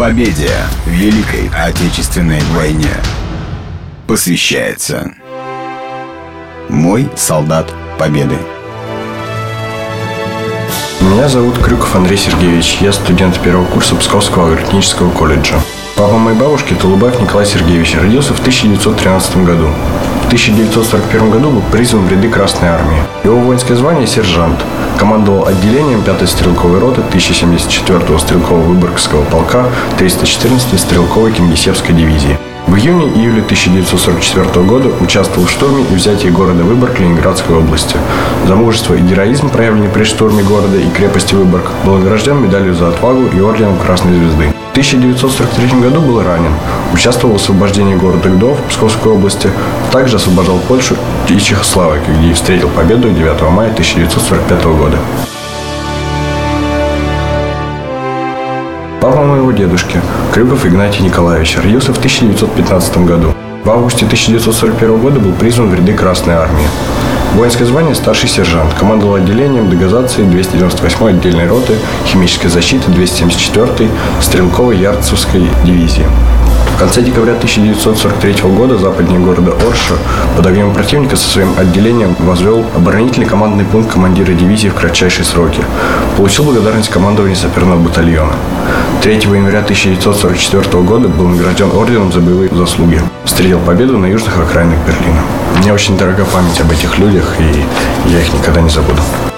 Победе в Великой Отечественной войне посвящается «Мой солдат Победы». Меня зовут Крюков Андрей Сергеевич. Я студент первого курса Псковского агротехнического колледжа. Папа моей бабушки Толубаев Николай Сергеевич родился в 1913 году. В 1941 году был призван в ряды Красной Армии. Его воинское звание – сержант. Командовал отделением 5-й стрелковой роты 1074-го стрелкового Выборгского полка 314-й стрелковой Кингисеппской дивизии. В июне-июле 1944 года участвовал в штурме и взятии города Выборг Ленинградской области. За мужество и героизм, проявленный при штурме города и крепости Выборг, был награжден медалью за отвагу и орденом Красной Звезды. В 1943 году был ранен. Участвовал в освобождении города Гдов Псковской области. Также освобождал Польшу и Чехословакию, где и встретил победу 9 мая 1945 года. Папа моего дедушки, Крюков Игнатий Николаевич, родился в 1915 году. В августе 1941 года был призван в ряды Красной Армии. Воинское звание – старший сержант. Командовал отделением дегазации 298-й отдельной роты химической защиты 274-й стрелковой Ярцевской дивизии. В конце декабря 1943 года западнее города Орша под огнем противника со своим отделением возвел оборонительный командный пункт командира дивизии в кратчайшие сроки. Получил благодарность командования саперного батальона. 3 января 1944 года был награжден орденом за боевые заслуги. Встретил победу на южных окраинах Берлина. Мне очень дорога память об этих людях, и я их никогда не забуду.